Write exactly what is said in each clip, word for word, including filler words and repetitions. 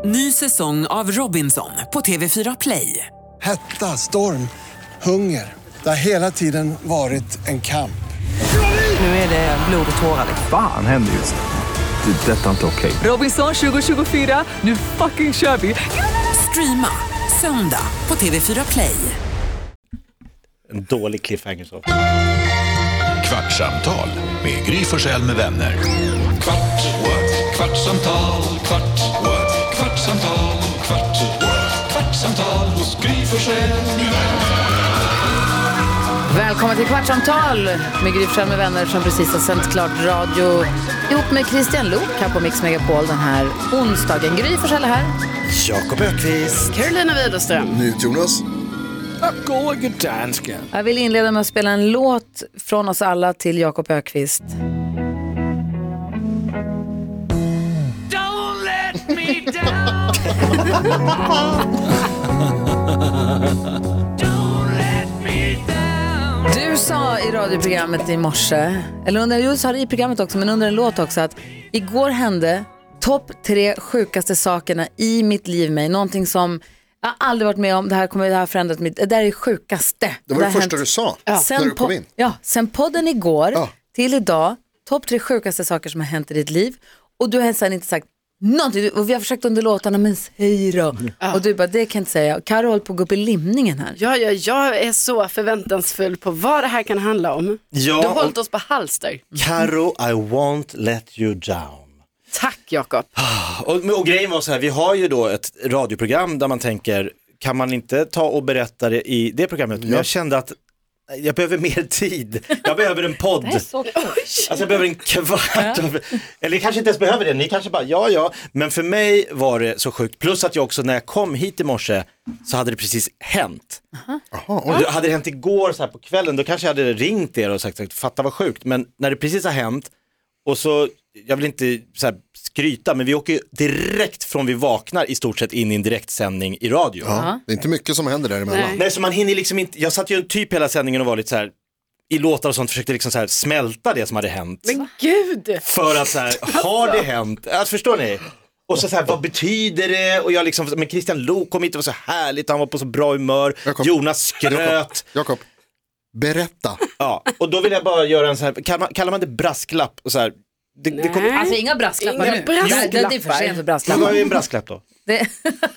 Ny säsong av Robinson på T V fyra Play. Hetta, storm, hunger. Det har hela tiden varit en kamp. Nu är det blod och tårar. Fan händer just det. Det är detta inte okej. Robinson tjugo tjugofyra, nu fucking kör vi. Streama söndag på T V fyra Play. En dålig cliffhanger så. Kvartsamtal med Gry Forssell med vänner. Kvart, what? Kvartsamtal, kvart, what? Kvartsamtal, kvart, what? Kvartsamtal hos Gry Forssell med vänner. Välkommen till Kvartsamtal med Gry Forssell med vänner som precis har sänt klart radio ihop med Christian Luuk här på Mix Megapol den här onsdagen. Gry Forssell här. Jakob Öqvist. Carolina Widerström. Nu Jonas. Jag vill inleda med att spela en låt från oss alla till Jakob Öqvist. Don't let me down. Don't let me down. Du sa i radioprogrammet i morse, eller under, jag sa det i programmet också, men under en låt också, att igår hände topp tre sjukaste sakerna i mitt liv med någonting som jag har aldrig varit med om. Det här kommer det här förändrat mitt. Det där är det sjukaste. Det var det, det första hänt. du sa Ja. när Sen du kom in. Ja, sen podden igår Ja. till idag, topp tre sjukaste saker som har hänt i ditt liv. Och du har sen inte sagt någonting. Och vi har försökt under låtarna, men säg då. Ja. Och du bara, det kan jag inte säga. Karo håller på att gå upp i limningen här. Ja, ja, jag är så förväntansfull på vad det här kan handla om. Ja, du har hållit oss på halster. Karo, I won't let you down. Tack Jakob. Och, och grejen var så här, vi har ju då ett radioprogram där man tänker, kan man inte ta och berätta det i det programmet? Men jag kände att jag behöver mer tid. Jag behöver en podd. Det är så kul. Alltså jag behöver en kvart. Av, eller kanske inte ens behöver det. Ni kanske bara, ja ja. Men för mig var det så sjukt. Plus att jag också, när jag kom hit i morse, så hade det precis hänt. Aha, Och det hade det hänt igår så här på kvällen, då kanske jag hade ringt er och sagt, fatta vad sjukt. Men när det precis har hänt, och så, jag vill inte så här skryta, men vi åker direkt från vi vaknar i stort sett in i en direktsändning i radio. Ja, det är inte mycket som händer däremellan. Nej. Nej, så man hinner liksom inte, jag satt ju typ hela sändningen och var lite så här i låtar och sånt, försökte liksom så här smälta det som hade hänt. Men gud! För att så här, har det hänt? Alltså, förstår ni? Och så, så här, vad betyder det? Och jag liksom, men Christian Luuk kom hit, det var så härligt, han var på så bra humör. Jakob. Jonas skröt. Jakob, berätta. Ja, och då vill jag bara göra en så här, kallar man, kallar man det brasklapp och så här, det, det kommer, Nej. Alltså inga brasklappar Inga nu. brasklappar. Det, det är för sent för men brasklappar. vad är en brasklapp då? Det,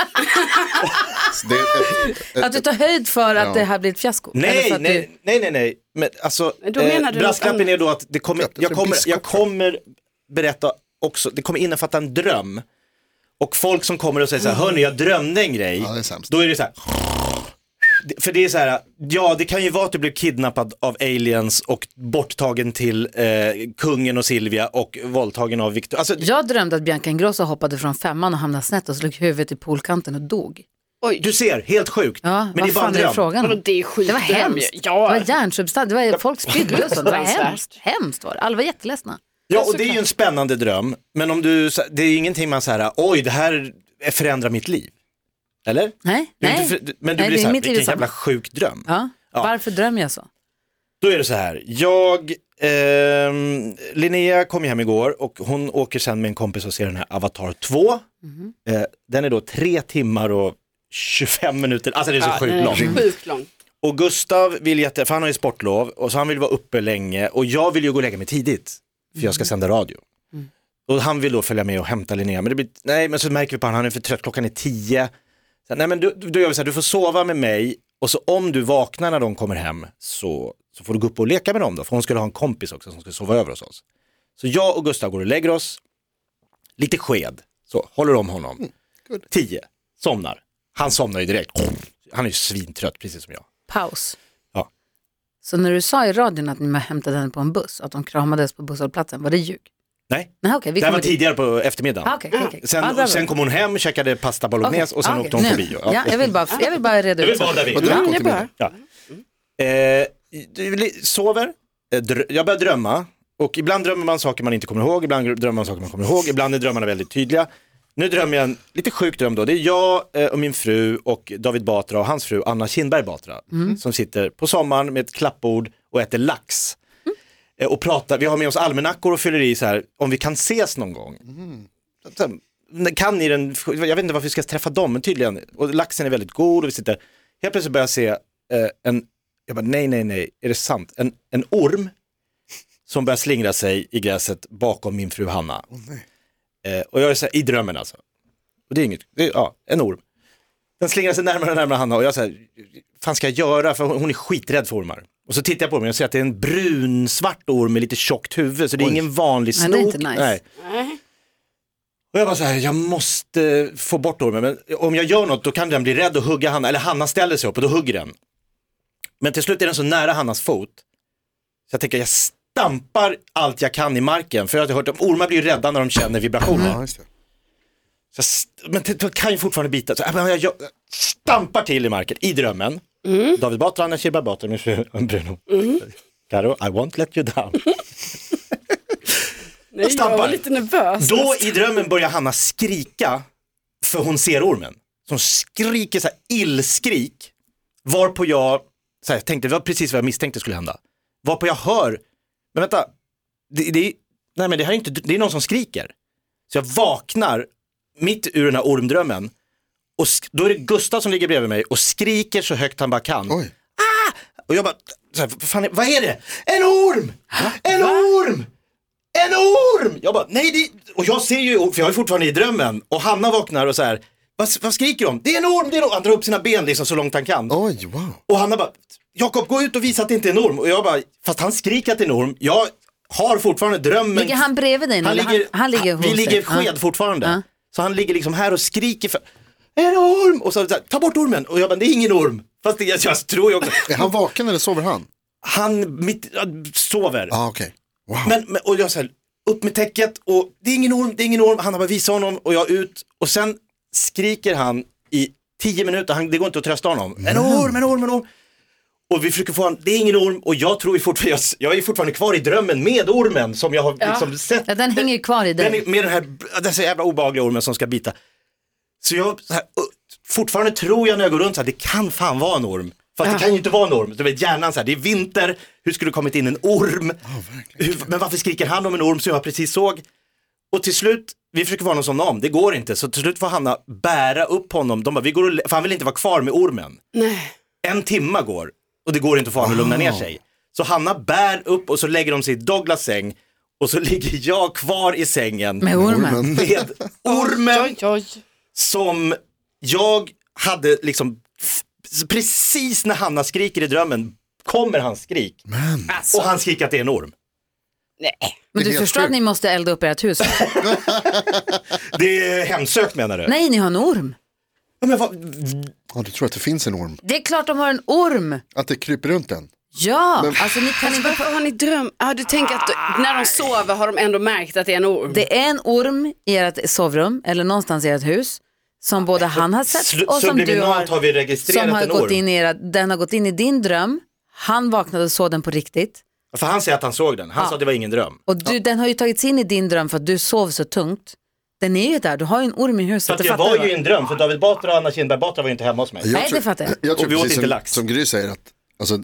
Det är ett, ett, att du tar höjd för att Ja. det här blir ett fiasko. Eller för Nej, att nej, nej, nej, nej. Men alltså, Men då menar eh, du brasklappen något är då att det kommer, Jag tror jag kommer, biskop. jag kommer berätta också, det kommer innefatta en dröm. Och folk som kommer och säger så här, hörni, jag drömde en grej. Ja, det är sämst. Då är det så här, för det är så här, ja, det kan ju vara att du blev kidnappad av aliens och borttagen till eh, kungen och Silvia och våldtagen av Victor. Alltså, Jag drömde att Bianca Ingrosso hoppade från femman och hamnade snett och slog huvudet i poolkanten och dog. Oj, du ser, helt sjukt. Ja, men vad det är bara fan en är dröm. frågan om? vadå, det är skit. Det var hemskt. Det var Ja, hjärnsubstans, det var folk spydde och sånt. Det var hemskt. Fruktansvärt. Hemskt var det. Alla var jätteledsna. Ja, och det är ju en spännande dröm. Men om du, det är ingenting man säger, oj, det här förändrar mitt liv. Eller? Nej, Det är nej. inte för- Men du Nej, blir det är så här, mitt liv vilken är samma. jävla sjuk dröm. Ja. Ja. Varför drömmer jag så? Då är det så här, jag, ehm, Linnea kom ju hem igår och hon åker sen med en kompis och ser den här Avatar två. Mhm. Eh, den är då tre timmar och tjugofem minuter, alltså det är så ja, sjukt den är lång. sjukt lång. Och Gustav vill jätte, för han har ju sportlov och så han vill vara uppe länge och jag vill ju gå och lägga mig tidigt för jag ska sända radio. Mm. Och han vill då följa med och hämta Linnea, men det blir, nej men så märker vi på han, han är för trött, klockan är tio. Så, nej men då, då gör vi så här, du får sova med mig och så om du vaknar när de kommer hem så, så får du gå upp och leka med dem då, för hon skulle ha en kompis också som skulle sova över hos oss. Så jag och Gustav går och lägger oss, lite sked, så håller om honom. Mm, tio, somnar. Han somnar ju direkt. Han är ju svintrött, precis som jag. Paus. Ja. Så när du sa i radion att ni hämtade henne på en buss, att de kramades på busshållplatsen, var det ljug? Nej, Nej, okej, vi det här var kommer dit. tidigare på eftermiddagen. Ah, okej, okej, okej. Sen, Ja, bra, bra. sen kom hon hem, käkade pasta bolognese och sen Okej, åkte hon nu. på bio. Ja, jag vill bara, jag vill bara reda Jag ut. vill bara där vi. Och du Ja, kom det är till bra. middag. Ja. Eh, du sover, eh, drö- jag börjar drömma och ibland drömmer man saker man inte kommer ihåg, ibland drömmer man saker man kommer ihåg, ibland är drömmarna väldigt tydliga. Nu drömmer jag en lite sjuk dröm då. Det är jag eh, och min fru och David Batra och hans fru Anna Kinberg Batra som sitter på sommaren med ett klappbord och äter lax. Eh, och pratar, vi har med oss almanackor och fyller i så här, om vi kan ses någon gång. Så, kan i den, jag vet inte varför vi ska träffa dem, men tydligen, och laxen är väldigt god och vi sitter, helt plötsligt börjar jag se eh, en, jag bara nej, nej, nej, är det sant? En, en orm som börjar slingra sig i gräset bakom min fru Hanna. Oh, nej. Eh, och jag är så här, i drömmen alltså. Och det är inget, det är, ja, en orm. Den slingrar sig närmare och närmare Hanna och jag säger, fan ska jag göra? För hon är skiträdd för ormar. Och så tittar jag på mig och ser att det är en brun svart orm med lite tjockt huvud, så det är Oj. ingen vanlig snok. Nej, det är inte nice. Nej. Och jag bara så här, jag måste få bort ormen, men om jag gör något då kan den bli rädd och hugga Hanna, eller Hanna ställer sig upp och då hugger den. Men till slut är den så nära Hannas fot, så jag tänker jag stampar allt jag kan i marken, för jag har hört att ormar blir rädda när de känner vibrationer. Ja, just det. Så jag, men det kan ju fortfarande bita, så jag, jag stampar till i marken i drömmen. Mm. David Batra, Anna Kirberg Batra, min fru Bruno. Mm. Karo, I won't let you down. Nej, jag var lite nervös. Då i drömmen börjar Hanna skrika, för hon ser ormen. Så hon skriker så här illskrik, varpå jag så här, tänkte, det var precis vad jag misstänkte skulle hända. Varpå jag hör, men vänta, det, det, nej men det här är inte, det är någon som skriker. Så jag vaknar mitt ur den här ormdrömmen, och sk- då är det Gustav som ligger bredvid mig och skriker så högt han bara kan. Oj. Ah! Och jag bara, så här, fan, vad är det? En orm! En orm! En orm! Jag bara, nej det... Och jag ser ju, för jag är fortfarande i drömmen. Och Hanna vaknar och så här, vad, vad skriker de? Det är en orm, det är en orm. Han drar upp sina ben liksom så långt han kan. Oj, wow. Och Hanna bara, Jakob, gå ut och visa att det inte är en orm. Och jag bara, fast han skriker att det är en orm. Jag har fortfarande drömmen. Ligger han bredvid dig nu? Han ligger, han, han ligger han, vi ligger sked uh. fortfarande. Uh. Så han ligger liksom här och skriker för, en orm! Och så, så här, ta bort ormen. Och jag bara, det är ingen orm. Fast det, jag, jag tror jag också. Är han vaken eller sover han? Han mitt, äh, sover. Ah, okej. Okay. Wow. Men, men, och jag säger, upp med täcket och det är ingen orm, det är ingen orm. Han har bara visat honom och jag ut. Och sen skriker han i tio minuter, han, det går inte att trösta honom. Mm. En orm, en orm, en orm. Och vi försöker få han, det är ingen orm. Och jag tror fortfarande, jag, jag är fortfarande kvar i drömmen med ormen som jag har ja. liksom sett. Ja, den hänger ju kvar i dig. Den, med den här, den här jävla obehagliga ormen som ska bita. Så jag så här, fortfarande tror jag när jag går runt så här, det kan fan vara en orm. Fast ja. det kan ju inte vara en orm. Du vet, hjärnan så här, det är vinter, hur skulle det kommit in en orm? Oh, hur, men varför skriker han om en orm som jag precis såg? Och till slut, vi försöker vara någon som om, det går inte. Så till slut får Hanna bära upp honom. De bara, vi går och, för han vill inte vara kvar med ormen. Nej. En timma går och det går inte att få honom att lugna ner sig. Så Hanna bär upp och så lägger de sig i Douglas säng. Och så ligger jag kvar i sängen. Med ormen. Med ormen. Oj, oj, oj. Som jag hade liksom, precis när Hanna skriker i drömmen kommer hans skrik. Men. Och han skriker att det är en orm. Nej. Men du förstår att ni måste elda upp ert hus? Det är hemsökt menar du? Nej, ni har en orm. Ja, men vad... Ja, du tror att det finns en orm? Det är klart de har en orm. Att det kryper runt den? Ja, men... alltså ni kan inte... Varför har ni dröm? Ah, du tänker att när de sover har de ändå märkt att det är en orm? Det är en orm i ert sovrum eller någonstans i ert hus som både han har sett och som du har, har vi registrerat som har en gått orm. in i era, den har gått in i din dröm. Han vaknade och såg den på riktigt. För han säger att han såg den. Han ja. sa att det var ingen dröm. Och du, ja. den har ju tagits in i din dröm för att du sov så tungt. Den är ju där, du har ju en orm i huset. Så att jag var ju i en dröm, för David Batra och Anna Kinberg Batra var ju inte hemma hos mig. Jag Nej, tror, det fattar jag. Jag tror och vi åt precis inte som, lax. som Gry säger att alltså,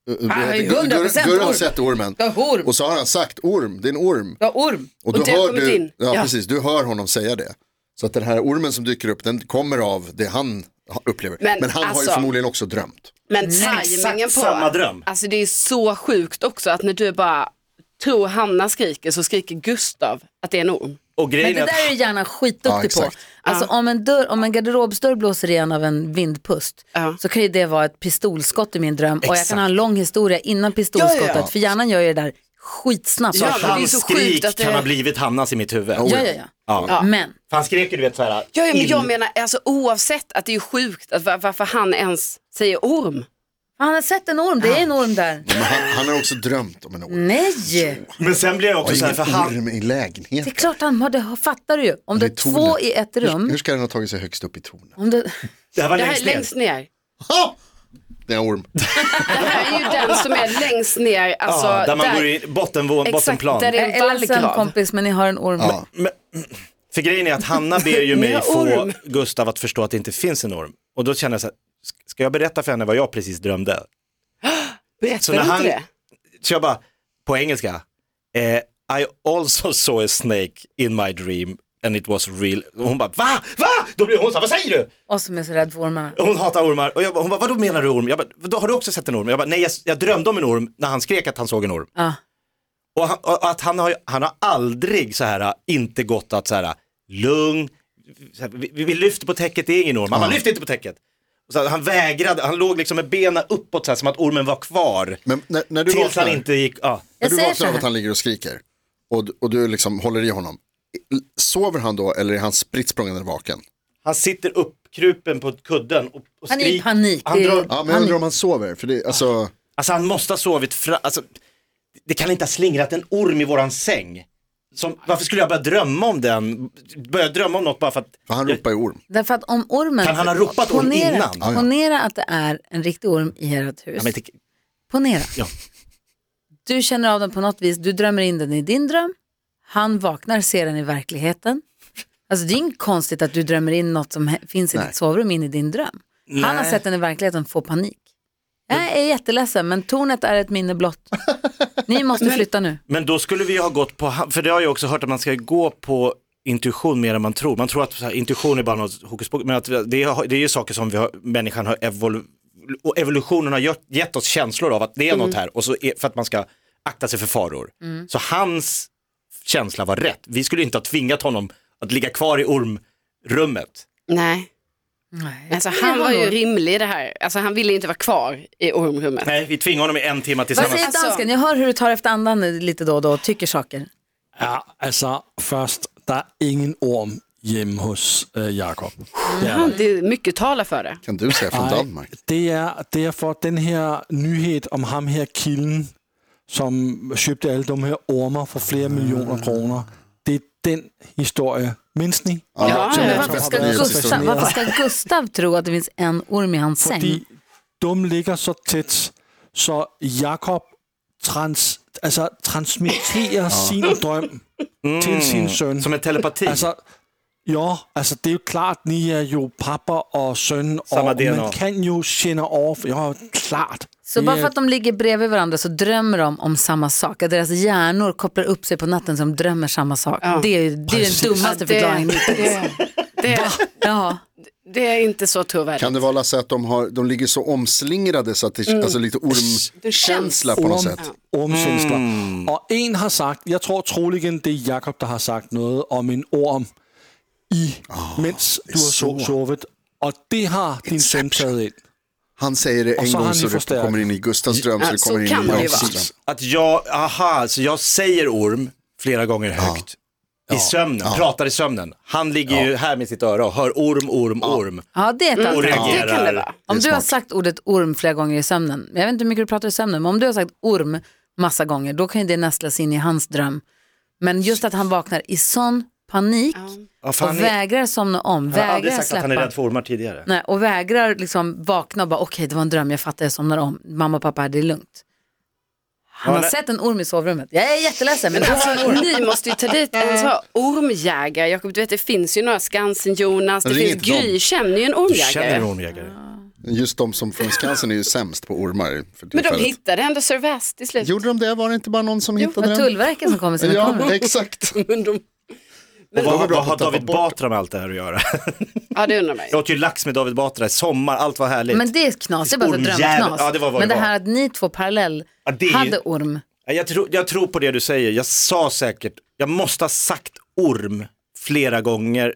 Gurra Gurra har sett ormen. Ja, orm. Och så har han sagt orm, det är en orm. Ja, orm. Och, då och hör du, in. ja, Ja. precis, du hör honom säga det. Så att den här ormen som dyker upp, den kommer av det han upplever. Men, Men han alltså, har ju förmodligen också drömt. Men Exakt tajmingen på, samma dröm. alltså det är så sjukt också att när du bara tror Hanna skriker så skriker Gustav att det är en orm. Och Men det är att... där är ju gärna skitduktig Ja, på. exakt. Alltså Ja. om en, dörr, om en garderobsdörr blåser igen av en vindpust Ja. så kan ju det vara ett pistolskott i min dröm. Och jag Exakt. kan ha en lång historia innan pistolskottet. Ja, ja. För hjärnan gör ju det där skitsnabbt. Ja, Ja, men det är Hans så skrik sjukt att det- kan ha blivit Hannas i mitt huvud. Oh, ja, ja. Ja. Ja. Men För han skrek ju, du vet så här. Ja, ja, men in- jag menar alltså, oavsett att det är sjukt att var, varför han ens säger orm. han har sett en orm, det är en orm där. Men han, han har också drömt om en orm. Nej, Men sen blir jag också Och så här, ingen för han... orm i det är lägenheten. klart han har det, fattar du ju. Om det är tornet. två i ett Hur, rum. hur ska den ha tagit sig högst upp i tornet? Om det, Det här var Det här längst är ner. längst ner. Ha! Det är en orm. Det här är ju den som är längst ner. Alltså, Ja, där man går i bottenvå, Exakt, bottenplan. där det är jag en är ledsen vallgrav. kompis men ni har en orm. Ja. Men, för grejen är att Hanna ber ju mig Ja, få orm. Gustav att förstå att det inte finst en orm. Och då känner jag så här, ska jag berätta för henne vad jag precis drömde? Berättar Så du när inte han, det? så jag bara, på engelska, eh, I also saw a snake in my dream and it was real. Och hon bara, va? Va? Då blir hon så här, vad säger du? Och som är så rädd för ormarna. Hon hatar ormar. Och jag bara, hon bara, vad då menar du orm? Jag bara, då har du också sett en orm? Jag bara, nej jag, jag drömde om en orm när han skrek att han såg en orm. Ah. Och, han, och att han har, han har aldrig så här, inte gått att så här, lugn, så här, vi, vi lyfter på täcket, det är ingen orm. Han Ja. bara, lyfter inte på täcket. Och så, han vägrade, han låg liksom med benen uppåt så här, som att ormen var kvar. Men när, när du tills vaknar, han inte gick, ja. när du säger vaknar så av här. att han ligger och skriker och, och du liksom håller i honom, sover han då eller är han spritt språngande vaken? Han sitter uppkrupen på kudden och, och Han är i skriker. panik. Han Det är- drar, Ja, men jag undrar om han sover, för det, alltså, alltså han måste ha sovit fra, alltså, det kan inte ha slingrat en orm i våran säng. Som, varför skulle jag börja drömma om den? Börja drömma om något bara för att... för han ropar ju orm. Därför att om ormen... Kan han ha ropat orm ponera, innan? Ja, ja. Ponera att det är en riktig orm i ert hus. Ja, men det, Ponera. ja. Du känner av den på något vis, du drömmer in den i din dröm. Han vaknar, ser den i verkligheten. Alltså det är inte konstigt att du drömmer in något som he- finns i Nej. ditt sovrum in i din dröm. Han har Nej. sett den i verkligheten, får panik. Jag är jätteledsen, men tornet är ett minne blott. Ni måste flytta nu. Men då skulle vi ha gått på, för det har jag också hört att man ska gå på intuition mer än man tror. Man tror att så här, intuition är bara något hokus pokus, men att det är, det är ju saker som vi har, människan har evol, och evolutionen har gett, gett oss känslor av att det är något här och så är, för att man ska akta sig för faror. Så hans känsla var rätt. Vi skulle inte ha tvingat honom att ligga kvar i ormrummet. Nej. Nej. Alltså, han var ju rimlig i det här. Alltså, han ville inte vara kvar i ormrummet. Nej, vi tvingade honom i en timme Vad tillsammans. säger Alltså- dansken? Jag hör hur du tar efter andan lite då och då och tycker saker. Ja, alltså först, det är ingen orm hemma hos äh, Jakob. Det är det. Det är mycket talar för det. Kan du säga från Nej, Danmark? det är, det är för att den här nyhet om han här killen som köpte alla de här ormar för flera miljoner kronor. Det är den historia. Minns ni? Ja, Ja, som ja, jag Varför tror ska, att det är Gustav, historien. varför ska Gustav tro att det finns en orm i hans säng? Fordi de ligger så tätt så Jakob trans, alltså, transmitterar sin dröm till sin son. Som en telepati. Alltså, ja, alltså det är ju klart, ni är ju pappa och son Samma och D N A. man kan ju känna av, ja, klart. Så Det bara är- för att de ligger bredvid varandra så drömmer de om samma sak. Att deras hjärnor kopplar upp sig på natten som drömmer samma sak. Ja. Det är, ju- det är Precis. den dummaste det, förklaringen. det, det, Ja. det är inte så trovärdigt. Kan det vara så att de, har, de ligger så omslingrade så att det är alltså lite ormkänsla på något Orm, sätt? ormkänsla. Mm. Och en har sagt, jag tror troligen det är Jakob der har sagt något om en orm i, mens du har så. so- sovit. Och det har din son tagit in. Han säger det Och en så har gång han så ju det förstärkt. kommer in i Gustavs dröm så Ja, det så kommer in kan i det ju Janssons vara. dröm. Att jag, aha, så jag säger orm flera gånger högt. I sömnen, pratar i sömnen. Han ligger ju här med sitt öra och hör orm, orm, orm. Ja, det är ett Och alternativ. reagerar. Det kan det vara. Om Det är du har smart. sagt ordet orm flera gånger i sömnen, jag vet inte hur mycket du pratar i sömnen, men om du har sagt orm massa gånger, då kan ju det nästlas in i hans dröm. Men just att han vaknar i sån panik Ja, för han och är- vägrar somna om, Jag har aldrig vägrar sagt att han är släppa. rädd för ormar tidigare. Nej, och vägrar liksom vakna och bara okej, det var en dröm, jag fattar, jag somnar om. Mamma och pappa, det är lugnt. Han Ja, har nej. sett en orm i sovrummet. Jag är jätteledsen, men Men det var en alltså, orm. ni måste ju ta dit en så här ormjägare. Jakob, du vet det finns ju några, Skansen-Jonas, det Ring finns inte dem. Gry, känner ju en Du känner en ormjägare. ormjägare. Just de som från Skansen är ju sämst på ormar för Men de tillfället. hittade ändå Sir Väst till slut. Gjorde de det? Var det inte bara någon som hittade Men den? Tullverket som kommer sina Ja, kameror. exakt. Men de, Och de är vad, bra vad på har att tappa David bort. Batra med allt det här att göra? ja, det undrar mig. Jag åt ju lax med David Batra i sommar, allt var härligt. Men det är knas, det är bara så Ormjävel. drömknas. Ja, det var vad men det det var. här att ni två parallell Ja, det är ju- hade orm. Jag tror, jag tror på det du säger. Jag sa säkert, jag måste ha sagt orm flera gånger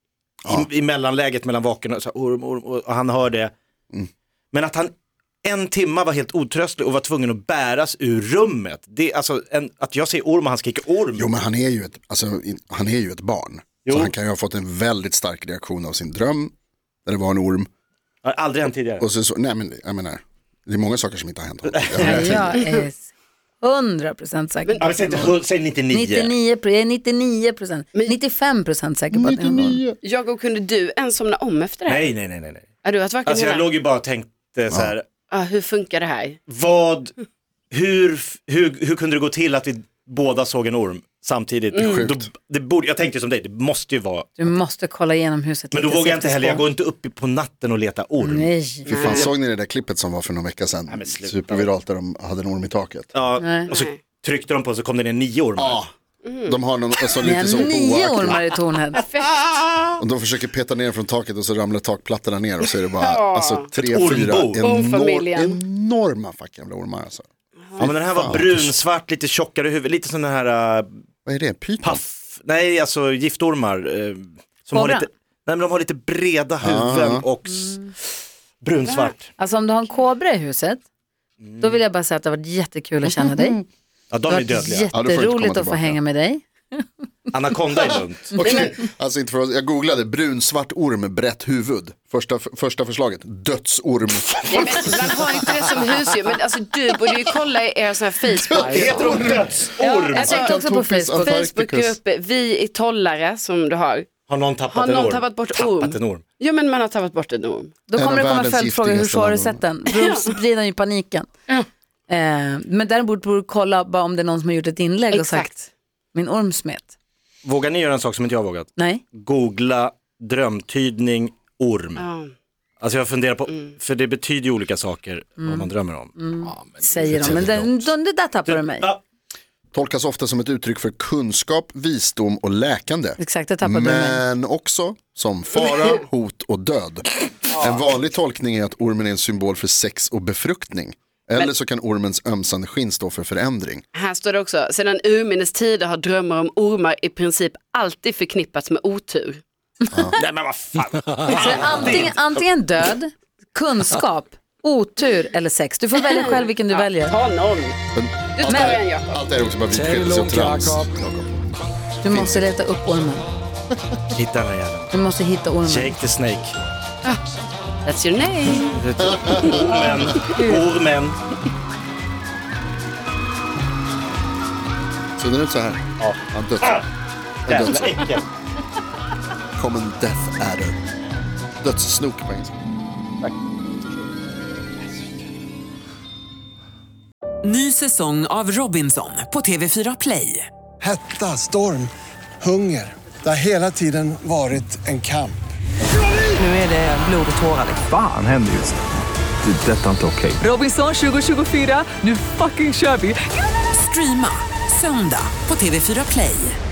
i, i mellanläget mellan vaken och så, orm, orm, och han hör det. Men att han en timma var helt otröstlig och var tvungen att bäras ur rummet. Det, alltså, en, att jag säger orm och han skriker orm. Jo, men han är ju ett, alltså, in- han är ju ett barn. Jo. Så han kan ju ha fått en väldigt stark reaktion av sin dröm, där det var en orm. Jag har aldrig hänt tidigare. Och så, så, nej men jag menar, det är många saker som inte har hänt honom. Nej, jag är hundra procent säker på Ja, men att säg, det inte, var säg nittionio. nittionio, jag är nittionio procent, nittiofem procent säker på att det var orm. Jakob, kunde du ens somna om efter det här? Nej, nej, nej, nej. nej. Ja, du har varit vaken Alltså jag hela- låg ju bara och tänkte så här, ja, hur funkar det här? vad, hur, hur, hur kunde det gå till att vi båda såg en orm samtidigt? Mm. Då, det borde, jag tänkte som dig, det måste ju vara. Du måste kolla igenom huset. Men då lite, vågar jag se inte efter heller, jag spår. går inte upp på natten och letar orm. Nej. Fy fan, såg ni det där klippet som var för någon vecka sedan? Nej, men sluta. Superviralt där de hade en orm i taket. Ja, Nej. och så tryckte de på så kom det ner nio ormar. Ja, Mm. De har någon, alltså, lite så nio oaktigt. ormar i tornet. Och de försöker peta ner från taket och så ramlar takplattorna ner och så är det bara alltså, tre, Ett fyra ormbo. enor- enorma fucking jävla ormar alltså. Ja, men den här var brunsvart, lite tjockare huvud, lite som den här... Uh, Vad är det? Python? Paff. Nej, alltså giftormar. Uh, som har Kobra? lite, nej, men de har lite breda huvuden Ah. och s- brunsvart. Alltså om du har en kobra i huset, då vill jag bara säga att det har varit jättekul att känna dig. Ja, Det de har är varit dödliga. Ja, då får du inte komma jätteroligt att få tillbaka. hänga med dig. Anakonda är lugnt. Okej, alltså inte för, jag googlade brunsvart orm, brett huvud. Första, första förslaget, dödsorm. Nej, men man har ju inte det som husdjur. Men alltså, du borde ju kolla i er sån här Facebook. Heter de dödsorm? Jag tänkte också på Facebook. Facebookgrupp, vi i tollare som du har. Har någon tappat Har en någon orm? tappat bort tappat orm? en orm? Jo, men man har tappat bort en orm. Då En kommer av det komma världens följdfrågor, hur giftigaste har du landormar. sett den? Då sprider den ju paniken. Eh, men däremot borde du kolla bara om det är någon som har gjort ett inlägg och Exakt. sagt, min orm smet. Vågar ni göra en sak som inte jag har vågat? Nej. Googla drömtydning orm. Ja. Alltså jag funderar på, för det betyder ju olika saker vad man drömmer om. Säger de, men den, den, det där tappar du mig. Ja, Tolkas ofta som ett uttryck för kunskap, visdom och läkande. Exakt, det tappade du mig. Men också som fara, hot och död. En vanlig tolkning är att ormen är en symbol för sex och befruktning. Eller så kan ormens ömsande skinn stå för förändring. Här står det också, sedan urminnes tider har drömmar om ormar i princip alltid förknippats med otur. nej men vad fan. Så antingen, antingen död, kunskap, otur eller sex. Du får välja själv vilken du väljer. Ta någon. Men Du allt, tar är, en, Jakob. allt är också bara Säg det vidskepelse och lugnt, trams. Jakob. Jakob. Du måste leta upp ormen. Hitta den här jäveln. Du måste hitta ormen. Jake the Snake. That's your name. Ormen. Ormen. Så den är ut så här. Ja. Han döds. En Jävla döds. äckel. Common death adder. Dödssnok på engelska. Ny säsong av Robinson på T V fyra Play. Hetta, storm, hunger. Det har hela tiden varit en kamp. Nu är det blod och tårar. Fan händer just det. Det är detta inte okej. Robinson tjugo tjugofyra, nu fucking kör vi! Streama söndag på T V fyra Play.